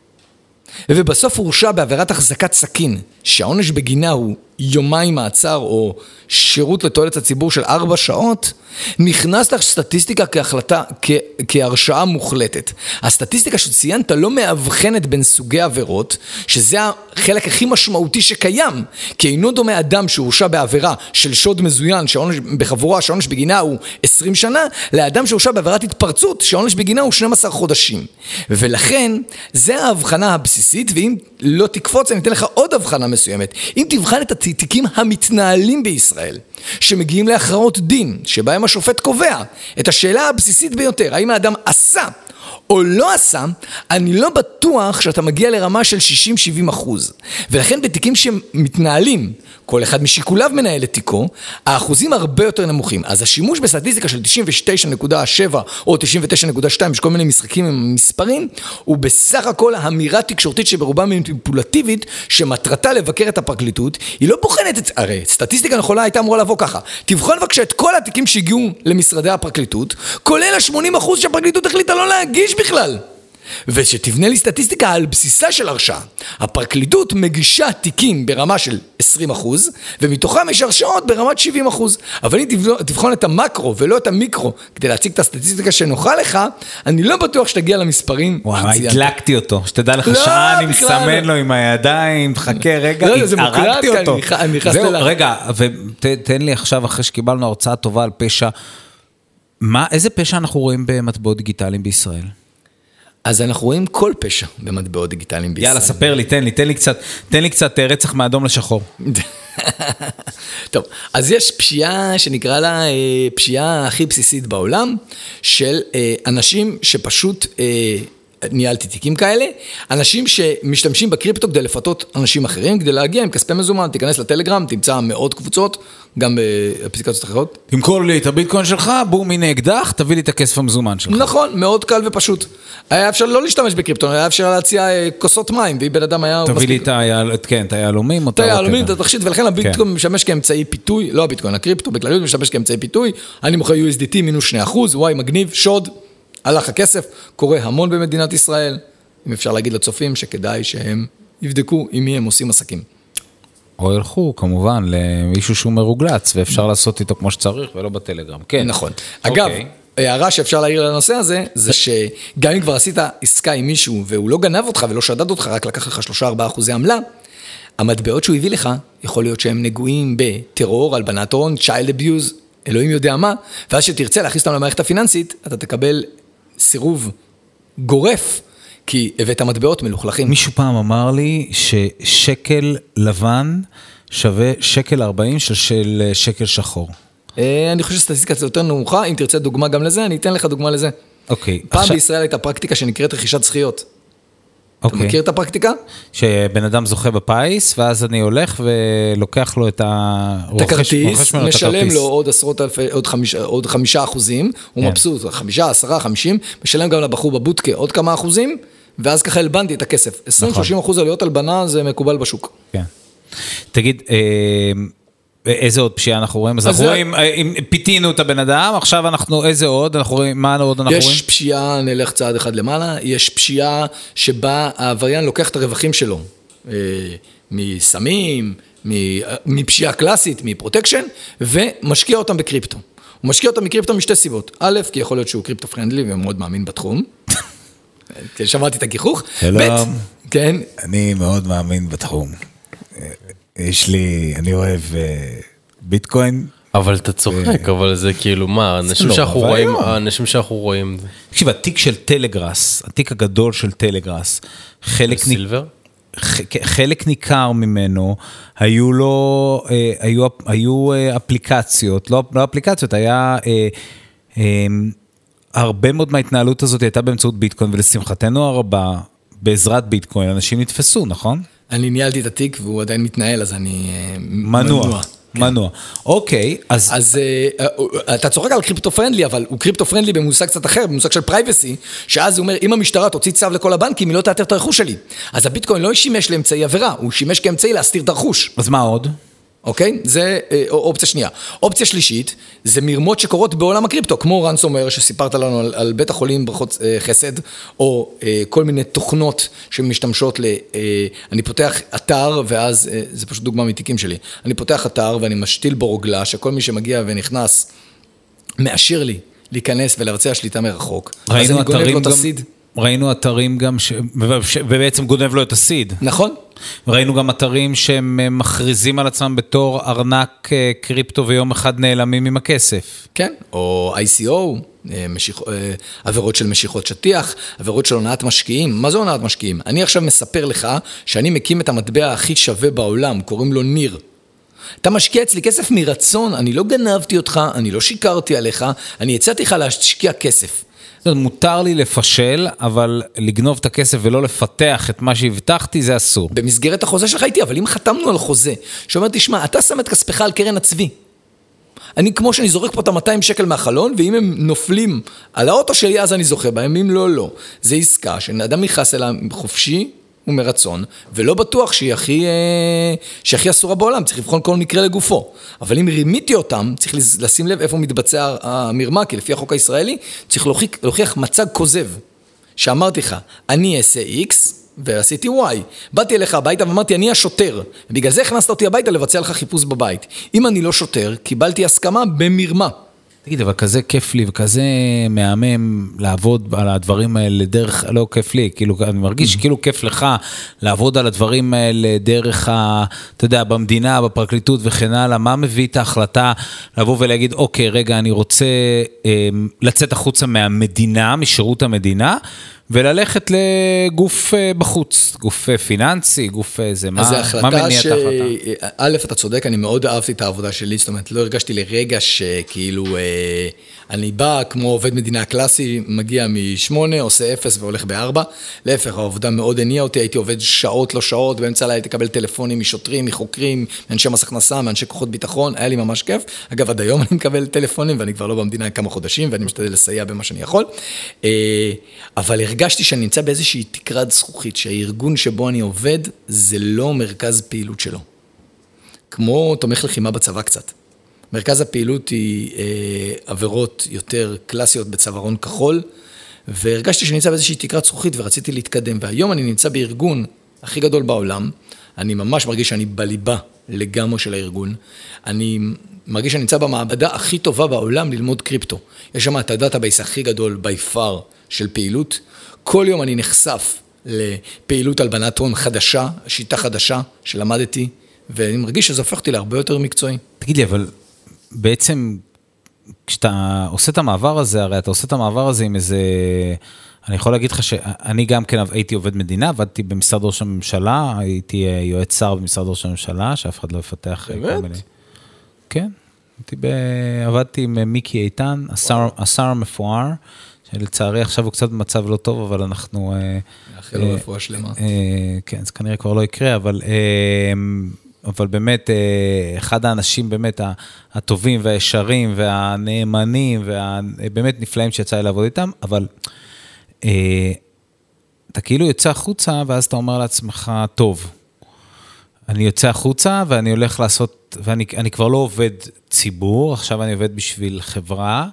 ובסוף הוא הורשע בעבירת החזקת סכין, שהעונש בגינה הוא יומיים מעצר או שירות לתועלת הציבור של 4 שעות, נכנס לסטטיסטיקה כהחלטה, כהרשעה מוחלטת. הסטטיסטיקה שציינת לא מאבחנת בין סוגי עבירות, שזה החלק הכי משמעותי שקיים, כי אינו דומה אדם שהורשע בעבירה של שוד מזוין, בחבורה שהעונש בגינה הוא 20 שנה, לאדם שהורשע בעבירת התפרצות, שהעונש בגינה הוא 12 חודשים. ולכן, זה ההבחנה הבסיסית, ואם לא תקפוץ, אני אתן לך עוד הבחנה מסוימת. אם תבחן את התיקים המתנהלים בישראל, שמגיעים להכרעות דין, שבהם השופט קובע את השאלה הבסיסית ביותר, האם האדם עשה או לא עשה, אני לא בטוח שאתה מגיע לרמה של 60-70%. ולכן בתיקים שמתנהלים, כל אחד משיקוליו מנהל את תיקו, האחוזים הרבה יותר נמוכים. אז השימוש בסטטיסטיקה של 99.7 או 99.2, יש כל מיני משחקים עם מספרים, הוא בסך הכל האמירה תקשורתית שברובה מניפולטיבית, שמטרתה לבקר את הפרקליטות, היא לא בוחנת את... הרי סטטיסטיקה נכונה הייתה אמורה לבוא ככה. תבחן בבקשה את כל התיקים שהגיעו למשרדי הפרקליטות, כולל ה-80% שהפרקליטות החליטה לא להגיש בכלל. ושתבנה לי סטטיסטיקה על בסיסה של הרשעה. הפרקליטות מגישה תיקים ברמה של 20%, ומתוכם יש הרשעות ברמת 70%. אבל אם תבחון את המקרו ולא את המיקרו, כדי להציג את הסטטיסטיקה שנוחה לך, אני לא בטוח שתגיע למספן. וואו, הדלקתי אותו. שתדע לך שעה אני מסמן לו עם הידיים, תחכה רגע, הרגתי אותו. זהו, רגע, ותן לי עכשיו, אחרי שקיבלנו הרצאה טובה על פשע, איזה פשע אנחנו רואים במטבעות דיגיטליים בישראל? אז אנחנו רואים כל פשע במטבעות דיגיטליים בישראל. יאללה, ספר לי, תן לי קצת רצח מאדום לשחור. טוב, אז יש פשיעה שנקרא לה פשיעה הכי בסיסית בעולם, של אנשים שפשוט ניהלתי תיקים כאלה, אנשים שמשתמשים בקריפטו כדי לפתות אנשים אחרים, כדי להגיע עם כספי מזומן, תיכנס לטלגרם, תמצא מאות קבוצות, גם באפליקציות אחרות. תמכור לי את הביטקוין שלך, בום הנה אקדח, תביא לי את הכסף המזומן שלך. נכון, מאוד קל ופשוט. היה אפשר לא להשתמש בקריפטו, היה אפשר להציע כוסות מים, ואם בן אדם היה... תביא לי את היהלומים, את היהלומים, את התכשיט, ולכן הביטקוין משמש כאמצעי פיתוי, לא הביטקוין, הקריפטו בכלליות משמש כאמצעי פיתוי, אני מוכר USDT מינוס 2%, וואי מגניב, שוד, הלך הכסף, קורה המון במדינת ישראל, אם אפשר להגיד לצופים שכדאי שהם יבדקו עם מי הם עושים עסקים. או ילכו כמובן למישהו שהוא מרוגלץ, ואפשר לעשות איתו כמו שצריך ולא בטלגרם, כן. נכון. אגב, הערה שאפשר להעיר לנושא הזה, זה שגם אם כבר עשית עסקה עם מישהו, והוא לא גנב אותך ולא שדד אותך, רק לקח לך 3-4% עמלה, המטבעות שהוא הביא לך, יכול להיות שהם נגועים בטרור, הלבנת הון, child abuse, אלוהים יודע מה, ואז שתרצה להכניס אותם למערכת הפיננסית, אתה תקבל סירוב גורף, כי הבאת מטבעות מלוכלכים. מישהו פעם אמר לי ששקל לבן שווה שקל 40 של שקל שחור. אני חושב שסטטיסטיקה זה יותר נמוכה, אם תרצה דוגמה גם לזה, אני אתן לך דוגמה לזה. אוקיי. פעם בישראל הייתה פרקטיקה שנקראת רכישת זכיות. אתה מכיר את הפרקטיקה? שבן אדם זוכה בפייס, ואז אני הולך ולוקח לו את הכרטיס, משלם לו עוד עשרות אלפי, עוד 5%, הוא מבסוט, 5, 10, 50, משלם גם לבחור בבוטקה עוד כמה אחוזים, ואז ככה הלבנתי את הכסף. 20-30% עלויות הלבנה זה מקובל בשוק. כן. תגיד, איזה עוד פשיעה אנחנו רואים? אז אנחנו רואים, פיתינו את הבן אדם, עכשיו אנחנו, איזה עוד? אנחנו רואים, מה עוד אנחנו רואים? יש פשיעה, נלך צעד אחד למעלה, יש פשיעה שבה העבריין לוקח את הרווחים שלו, מסמים, מפשיעה קלאסית, מפרוטקשן, ומשקיע אותם בקריפטו. הוא משקיע אותם בקריפטו משתי סיבות. א', כי יכול להיות שהוא קריפטו פרנדלי ומאוד מאמין בתחום. שמעתי את הגיחוך. שלום. כן. אני מאוד מאמין בתחום. יש לי, אני אוהב ביטקוין. אבל אתה צוחק, אבל זה כאילו מה, אנשים שאנחנו רואים. תקשיב, התיק של טלגראס, התיק הגדול של טלגראס, חלק ניכר ממנו, היו אפליקציות, לא אפליקציות, היה הרבה מאוד מההתנהלות הזאת הייתה באמצעות ביטקוין, ולשמחתנו הרבה, בעזרת ביטקוין, אנשים נתפסו, נכון? אני ניהלתי את התיק והוא עדיין מתנהל, אז אני מנוע. אוקיי, אז אתה צוחק על קריפטו פרנדלי, אבל הוא קריפטו פרנדלי במושג קצת אחר, במושג של פרייבסי, שאז הוא אומר, אם המשטרה תוציא צו לכל הבנקים, היא לא תאתר את הרכוש שלי. אז הביטקוין לא שימש לאמצעי עבירה, הוא שימש כאמצעי להסתיר את הרכוש. אז מה עוד? אוקיי? זה אופציה שנייה. אופציה שלישית, זה מרמות שקורות בעולם הקריפטו, כמו רנסומויר שסיפרת לנו על בית החולים ברכות חסד, או כל מיני תוכנות שמשתמשות אני פותח אתר, ואז, זה פשוט דוגמה מתיקים שלי, אני פותח אתר ואני משתיל בו רוגלה, שכל מי שמגיע ונכנס, מאשר לי להיכנס ולבצע שליטה מרחוק. אז אני גונב לו את הסיד. ראינו אתרים גם, ובעצם גונב לו את הסיד. נכון. ראינו גם אתרים שהם מכריזים על עצמם בתור ארנק קריפטו ויום אחד נעלמים עם הכסף. כן, או ICO, עבירות של משיכות שטיח, עבירות של הונאת משקיעים. מה זה הונאת משקיעים? אני עכשיו מספר לך שאני מקים את המטבע הכי שווה בעולם, קוראים לו ניר. אתה משקיע אצלי כסף מרצון, אני לא גנבתי אותך, אני לא שיקרתי עליך, אני הצעתי לך להשקיע כסף. מותר לי לפשל, אבל לגנוב את הכסף ולא לפתח את מה שהבטחתי, זה אסור. במסגרת החוזה שלך איתי, אבל אם חתמנו על חוזה, שאומר, תשמע, אתה שם את כספך על קרן הצבי. אני כמו שאני זורק פה את 200 שקל מהחלון, ואם הם נופלים על האוטו שלי, אז אני זוכה בהם, אם לא, לא. זה עסקה שאדם נכנס אליה חופשי ומרצון, ולא בטוח שהיא הכי אסורה בעולם, צריך לבחון כל מקרה לגופו. אבל אם רימיתי אותם, צריך לשים לב איפה מתבצע המרמה, כי לפי החוק הישראלי, צריך להוכיח מצג כוזב. שאמרתי לך, אני אעשה X ועשיתי Y. באתי אליך הביתה ואמרתי, אני השוטר. בגלל זה הכנסת אותי הביתה לבצע לך חיפוש בבית. אם אני לא שוטר, קיבלתי הסכמה במרמה. תגיד, אבל כזה כיף לי וכזה מהמם לעבוד על הדברים האלה דרך, לא כיף לי, כאילו, אני מרגיש שכאילו כיף לך לעבוד על הדברים האלה דרך, אתה יודע, במדינה, בפרקליטות וכן הלאה, מה מביא את ההחלטה לבוא ולהגיד, אוקיי, רגע, אני רוצה לצאת החוצה מהמדינה, משירות המדינה, וללכת לגוף בחוץ, גוף פיננסי, גוף זה, מה מניע את ההחלטה? א', אתה צודק, אני מאוד אהבתי את העבודה שלי, זאת אומרת, לא הרגשתי לרגע שכאילו, אני בא כמו עובד מדינה קלאסי, מגיע מ8, עושה 0 והולך ב4, להפך, העבודה מאוד הניעה אותי, הייתי עובד שעות, לא שעות, באמצע הייתי לקבל טלפונים משוטרים, מחוקרים, מאנשי מס הכנסה, מאנשי כוחות ביטחון, היה לי ממש כיף. אגב, עד היום אני מקבל טלפונים, ואני כבר לא במדינה כמה חודשים, ואני משתדל לסייע במה שאני יכול. אבל הרגשתי שאני נמצא באיזושהי תקרת זכוכית, שהארגון שבו אני עובד, זה לא מרכז פעילות שלו. כמו תומך לחימה בצבא קצת. מרכז הפעילות היא עבירות יותר קלאסיות בצווארון כחול, והרגשתי שאני נמצא באיזושהי תקרת זכוכית ורציתי להתקדם. והיום אני נמצא בארגון הכי גדול בעולם, אני ממש מרגיש שאני בליבה לגמרי של הארגון, אני מרגיש שאני נמצא במעבדה הכי טובה בעולם ללמוד קריפטו. יש שם את הדאטאבייס הכי גדול by far של פעילות, כל יום אני נחשף לפעילות הלבנת הון חדשה, שיטה חדשה שלמדתי, ואני מרגיש שזה הופך אותי להרבה יותר מקצועי. תגיד לי, אבל בעצם כשאתה עושה את המעבר הזה, הרי אתה עושה את המעבר הזה עם איזה, אני יכול להגיד לך שאני גם כן הייתי עובד מדינה, עבדתי במשרד ראש הממשלה, הייתי יועץ שר במשרד ראש הממשלה, שאף אחד לא יפתח כל מיני. כן, עבדתי עם מיקי איתן, השר המפואר, שלצערי עכשיו הוא קצת במצב לא טוב, אבל אנחנו... מאחל לו רפואה שלמה. כן, זה כנראה כבר לא יקרה, אבל באמת, אחד האנשים באמת הטובים והישרים והנאמנים, והבאמת נפלאים שיצא לי לעבוד איתם, אבל אתה כאילו יוצא החוצה, ואז אתה אומר לעצמך, טוב, אני יוצא החוצה, ואני הולך לעשות, ואני כבר לא עובד ציבור, עכשיו אני עובד בשביל חברה,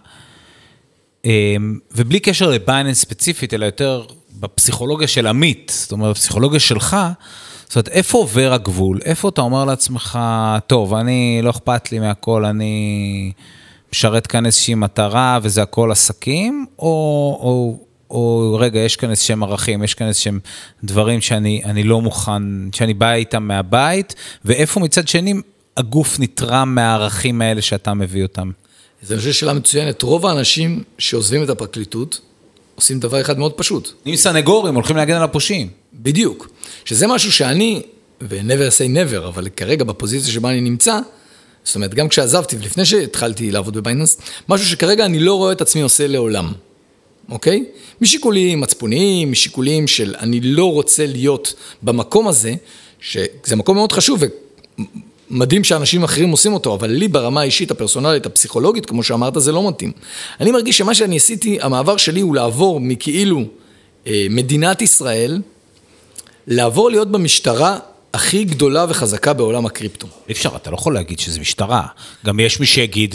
ובלי קשר לבייננס ספציפית, אלא יותר בפסיכולוגיה של עמית, זאת אומרת, בפסיכולוגיה שלך, זאת אומרת, איפה עובר הגבול? איפה אתה אומר לעצמך, טוב, אני לא אכפת לי מהכל, אני משרת כאן איזושהי מטרה, וזה הכל עסקים, או רגע, יש כאן איזשהם ערכים, יש כאן איזשהם דברים שאני לא מוכן, שאני בא איתם מהבית, ואיפה מצד שני הגוף נתרם מהערכים האלה שאתה מביא אותם? זה חושב שאלה מצוינת. רוב האנשים שעוזבים את הפרקליטות, עושים דבר אחד מאוד פשוט. עם סנגורים, הולכים להגן על הפושעים. בדיוק. שזה משהו שאני, ו-never say never, אבל כרגע בפוזיציה שבה אני נמצא, זאת אומרת, גם כשעזבתי ולפני שהתחלתי לעבוד בבייננס, משהו שכרגע אני לא רואה את עצמי עושה לעולם. אוקיי? משיקולים מצפוניים, משיקולים של אני לא רוצה להיות במקום הזה, שזה מקום מאוד חשוב ומדהים שאנשים אחרים עושים אותו, אבל לי ברמה האישית, הפרסונלית, הפסיכולוגית, כמו שאמרת, זה לא מתאים. אני מרגיש שמה שאני עשיתי, המעבר שלי הוא לעבור מכאילו מדינת ישראל, לעבור להיות במשטרה הכי גדולה וחזקה בעולם הקריפטו. אפשר, אתה לא יכול להגיד שזה משטרה. גם יש מי שיגיד,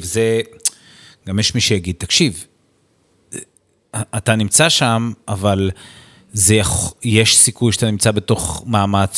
תקשיב, אתה נמצא שם, אבל יש סיכוי שאתה נמצא בתוך מאמץ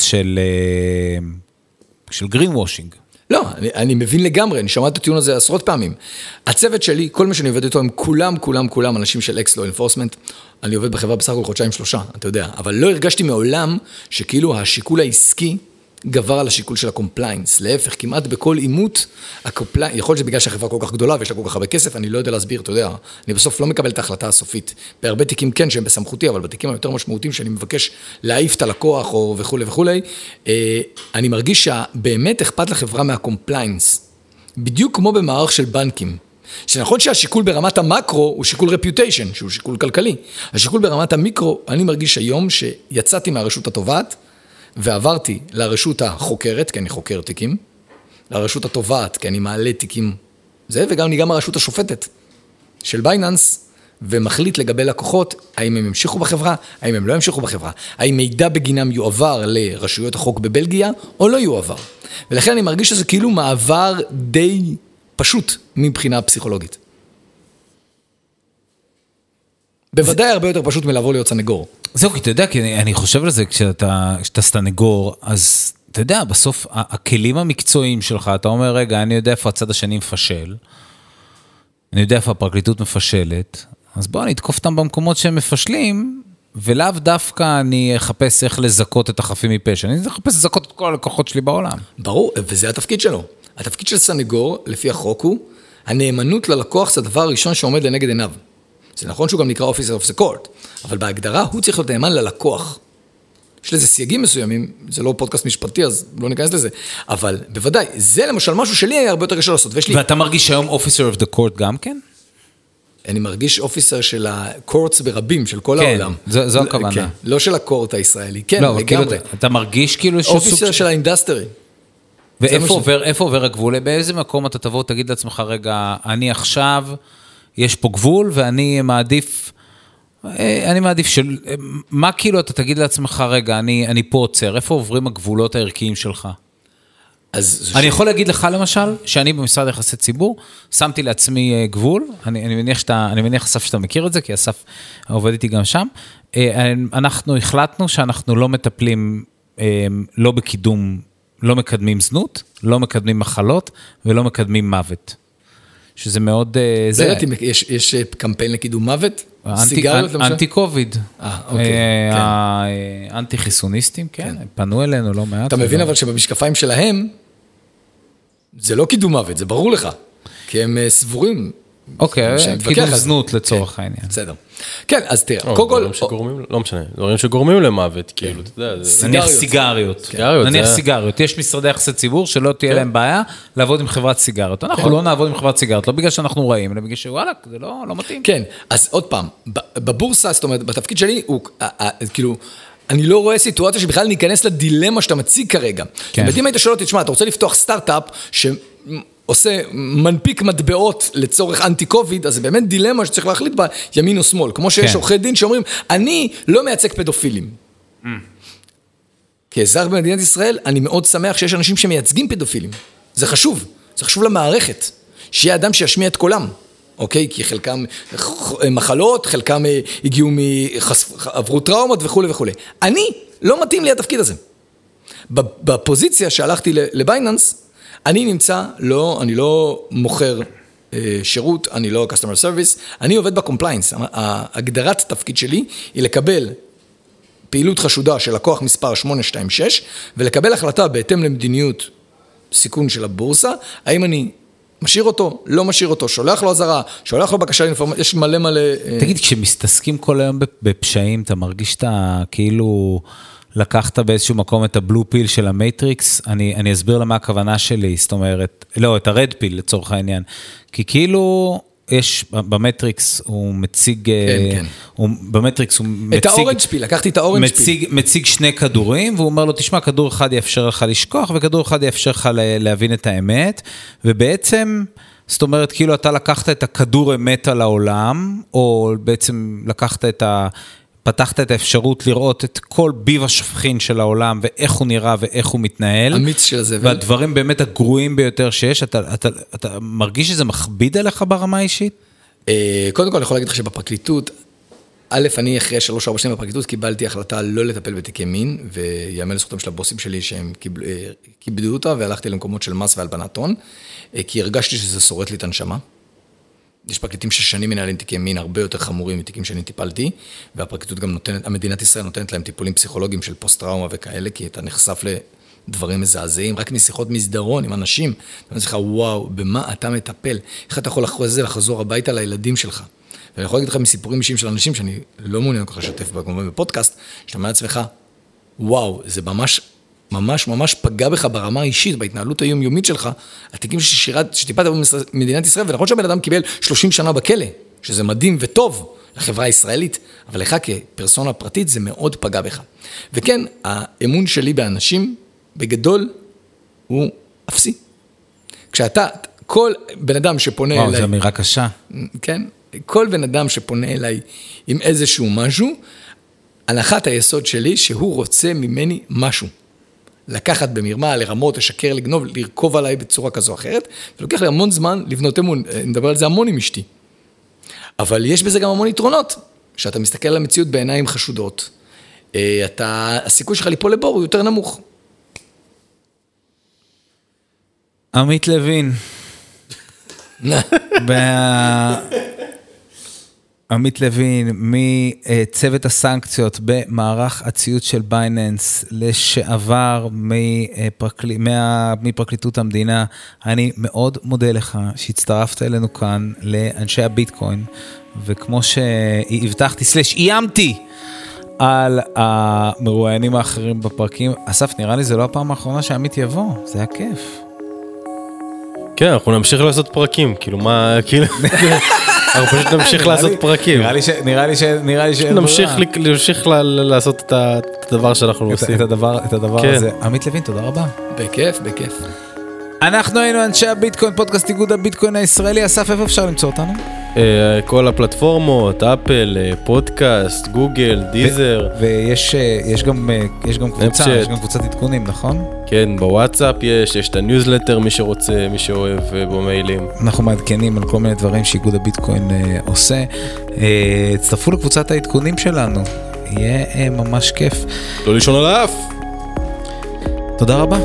של גרין וושינג. לא, אני מבין לגמרי, אני שמעתי את הטיעון הזה עשרות פעמים. הצוות שלי, כל מה שאני עובד איתו, הם כולם אנשים של אקס-לו אנפורסמנט, אני עובד בחברה בסך הכל חודשיים 3, אתה יודע, אבל לא הרגשתי מעולם שכאילו השיקול העסקי גבר על השיקול של הקומפליינס, להפך, כמעט בכל אימות, יכול להיות שבגלל שהחברה כל כך גדולה ויש לה כל כך הרבה כסף, אני לא יודע להסביר, אתה יודע, אני בסוף לא מקבל את ההחלטה הסופית, בהרבה תיקים כן שהם בסמכותי, אבל בתיקים היותר משמעותיים שאני מבקש להעיף את הלקוח או וכו', אני מרגיש שבאמת אכפת לחברה מהקומפליינס, בדיוק כמו במערך של בנקים, שנכון שהשיקול ברמת המקרו הוא שיקול רפיוטיישן, שהוא שיקול כלכלי, השיקול ברמת המיקרו, אני מרגיש היום שיצאתי מהרשות התובעת, ועברתי לרשות החוקרת, כי אני חוקר תיקים, לרשות התובעת, כי אני מעלה תיקים, וגם אני גם הרשות השופטת של בייננס, ומחליט לגבי לקוחות, האם הם ימשיכו בחברה, האם הם לא ימשיכו בחברה, האם מידע בגינם יועבר לרשויות החוק בבלגיה, או לא יועבר. ולכן אני מרגיש שזה כאילו מעבר די פשוט מבחינה פסיכולוגית. בוודאי הרבה יותר פשוט מלעבור להיות סנגור. זהו, כי אתה יודע, כי אני חושב על זה, כשאתה סנגור, אז אתה יודע, בסוף הכלים המקצועיים שלך, אתה אומר, רגע, אני יודע איפה הצד השני מפשל, אני יודע איפה הפרקליטות מפשלת, אז בואו נתקוף אותם במקומות שהם מפשלים, ולאו דווקא אני אחפש איך לזכות את החפים מפשע, אני אחפש לזכות את כל הלקוחות שלי בעולם. ברור, וזה התפקיד שלו. התפקיד של סנגור, לפי החוק הוא, הנאמנות ללקוח זה הדבר הראשון שעומד לנגד עיניו. זה נכון שהוא גם נקרא Officer of the Court, אבל בהגדרה הוא צריך להיות נאמן ללקוח. יש לזה סייגים מסוימים, זה לא פודקאסט משפטי, אז לא ניכנס לזה, אבל בוודאי, זה למשל משהו שלי היה הרבה יותר קשה לעשות, ואתה מרגיש היום Officer of the Court גם כן? אני מרגיש אופיסר של הקורטס ברבים, של כל העולם. כן, זו הכוונה. כן, לא של הקורט הישראלי, כן, לא, לגמרי. אתה מרגיש כאילו... אופיסר של האינדסטרי. ואיפה עובר הגבול? באיזה מקום אתה תבוא, תגיד לעצמך, רגע, אני עכשיו, יש פה גבול, ואני מעדיף של... מה כאילו אתה תגיד לעצמך, רגע, אני פה עוצר, איפה עוברים הגבולות הערכיים שלך? אני יכול להגיד לך למשל, שאני במשרד יחסי ציבור, שמתי לעצמי גבול, אני מניח אסף שאתה מכיר את זה, כי אסף עובד איתי גם שם, אנחנו החלטנו שאנחנו לא מטפלים, לא בקידום, לא מקדמים זנות, לא מקדמים מחלות, ולא מקדמים מוות. שזה מאוד... יש קמפיין לקידום מוות? סיגריות למשל? אנטי-קוביד. האנטי-חיסוניסטים, כן, פנו אלינו לא מעט. אתה מבין אבל שבמשקפיים שלהם, זה לא קידום מוות, זה ברור לך, כי הם סבורים. אוקיי, קידום זנות לצורך העניין. בסדר. כן, אז תראה, קודם כל... לא משנה, דברים שגורמים למוות, כאילו, אתה יודע, נניח סיגריות. נניח סיגריות. יש משרדי יחסי ציבור שלא תהיה להם בעיה לעבוד עם חברת סיגריות. אנחנו לא נעבוד עם חברת סיגריות, לא בגלל שאנחנו רעים, אלא בגלל שוואלה, זה לא מתאים. כן, אז עוד פעם, בבורסה, זאת אומרת, בתפקיד שלי, כאילו, אני לא רואה סיטואציה שבכלל ניכנס לדילמה שאתה מציג כרגע. זאת אומרת, אם היית שואל אותי, תשמע, אתה רוצה לפתוח סטארט-אפ עושה, מנפיק מטבעות לצורך אנטי-קוביד, אז זה באמת דילמה שצריך להחליט בה ימין או שמאל. כמו שיש עורכי דין שאומרים, אני לא מייצג פדופילים. כאזרח במדינת ישראל, אני מאוד שמח שיש אנשים שמייצגים פדופילים. זה חשוב. זה חשוב למערכת. שיהיה אדם שישמיע את קולם. אוקיי? כי חלקם מחלות, חלקם הגיעו עברו טראומות וכו' וכו'. אני לא מתאים לי התפקיד הזה. בפוזיציה שהלכתי לבייננס, אני נמצא, אני לא מוכר שירות, אני לא customer service, אני עובד בקומפליינס. ההגדרת תפקיד שלי היא לקבל פעילות חשודה של לקוח מספר 826, ולקבל החלטה בהתאם למדיניות סיכון של הבורסה, האם אני משאיר אותו, לא משאיר אותו, שולח לו עזרה, שולח לו בקשה לאינפורמציה, יש מלא... תגיד, כשמסתסקים כל היום בפשעים, אתה מרגיש שאתה כאילו... לקחת באיזשהו מקום את הבלו פיל של המייטריקס, אני אסביר למה הכוונה שלי, זאת אומרת, לא, את הרד פיל לצורך העניין, כי כאילו יש, במטריקס הוא מציג, במטריקס הוא מציג, את האורנג' פיל, לקחתי את האורנג' פיל. מציג שני כדורים, והוא אומר לו, תשמע, כדור אחד יאפשר לך לשכוח, וכדור אחד יאפשר לך להבין את האמת, ובעצם, זאת אומרת, כאילו אתה לקחת את הכדור אמת על העולם, או בעצם לקחת פתחת את האפשרות לראות את כל ביב השפכין של העולם, ואיך הוא נראה ואיך הוא מתנהל. המיץ של הזבל. והדברים באמת הגרועים ביותר שיש, אתה מרגיש שזה מכביד עליך ברמה האישית? קודם כל, אני יכול להגיד לך שבפרקליטות, א', אני אחרי 3-4 שנים בפרקליטות, קיבלתי החלטה לא לטפל בתיקי מין, ויאמר לזכותם של הבוסים שלי שהם קיבלו אותה, והלכתי למקומות של מס והלבנת הון, כי הרגשתי שזה שורט לי את הנשמה. יש פרקליטים ששנים מנהלים תיקי מין הרבה יותר חמורים מתיקים שאני טיפלתי, והפרקליטות גם נותנת, המדינת ישראל נותנת להם טיפולים פסיכולוגיים של פוסט-טראומה וכאלה, כי אתה נחשף לדברים מזעזעים, רק משיחות מסדרון עם אנשים, אתה אומר לך, וואו, במה אתה מטפל? איך אתה יכול לחזור הביתה לילדים שלך? ואני יכול להגיד לך מסיפורים אישיים של אנשים, שאני לא מעוניין כל כך לשתף כמובן בפודקאסט, שאתה אומר לעצמך, וואו, זה ממש פגע בך ברמה האישית, בהתנהלות היומיומית שלך, התיקים שטיפלת במדינת ישראל, ונכון שהבן אדם קיבל 30 שנה בכלא, שזה מדהים וטוב לחברה הישראלית, אבל לך כפרסונה פרטית זה מאוד פגע בך. וכן, האמון שלי באנשים, בגדול, הוא אפסי. כשאתה, כל בן אדם שפונה אליי... וואו, זו אמירה קשה. כן, כל בן אדם שפונה אליי עם איזשהו משהו, הנחת היסוד שלי שהוא רוצה ממני משהו. לקחת במרמה, לרמות, לשקר, לגנוב, לרכוב עליי בצורה כזו או אחרת, ולוקח לי המון זמן לבנות אמון, נדבר על זה המון עם אשתי. אבל יש בזה גם המון יתרונות, שאתה מסתכל על המציאות בעיניים חשודות, הסיכוי שלך ליפול לבור הוא יותר נמוך. עמית לוין. עמית לוין, מצוות הסנקציות במערך הציוד של בייננס, לשעבר מפרקליטות המדינה. אני מאוד מודה לך שהצטרפת אלינו כאן לאנשי הביטקוין, וכמו שהבטחתי, איימתי על המרואיינים האחרים בפרקים. אסף, נראה לי זה לא הפעם האחרונה שעמית יבוא, זה היה כיף. כן, אנחנו נמשיך לעשות פרקים, כאילו מה, כאילו, אנחנו פשוט נמשיך לעשות פרקים. נראה לי נמשיך לעשות את הדבר שאנחנו עושים. את הדבר הזה. עמית לוין, תודה רבה. בכיף, בכיף. אנחנו היינו אנשי הביטקוין, פודקאסט איגוד הביטקוין הישראלי. אסף, איפה אפשר למצוא אותנו? כל הפלטפורמות, אפל, פודקאסט, גוגל, דיזר. ויש גם קבוצה, יש גם קבוצת עדכונים, נכון? כן, בוואטסאפ יש את הניוזלטר, מי שרוצה, מי שאוהב, במיילים. אנחנו מעדכנים על כל מיני דברים שאיגוד הביטקוין עושה. הצטרפו לקבוצת העדכונים שלנו, יהיה ממש כיף. לא לישון על האף. תודה רבה.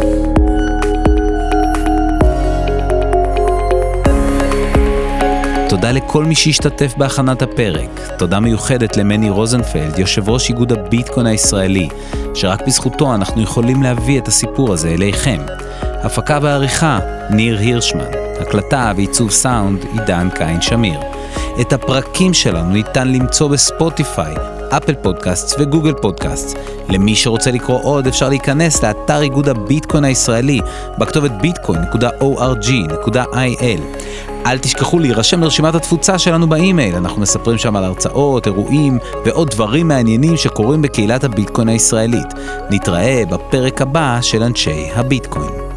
תודה לכל מי שהשתתף בהכנת הפרק. תודה מיוחדת למני רוזנפלד, יושב ראש איגוד הביטקוין הישראלי, שרק בזכותו אנחנו יכולים להביא את הסיפור הזה אליכם. הפקה ועריכה, ניר הירשמן. הקלטה ועיצוב סאונד, עידן קין שמיר. את הפרקים שלנו ניתן למצוא בספוטיפיי, אפל פודקאסט וגוגל פודקאסט. למי שרוצה לקרוא עוד אפשר להיכנס לאתר איגוד הביטקוין הישראלי, בכתובת bitcoin.org.il. אל תשכחו להירשם לרשימת התפוצה שלנו באימייל, אנחנו מספרים שם על הרצאות, אירועים ועוד דברים מעניינים שקורים בקהילת הביטקוין הישראלית. נתראה בפרק הבא של אנשי הביטקוין.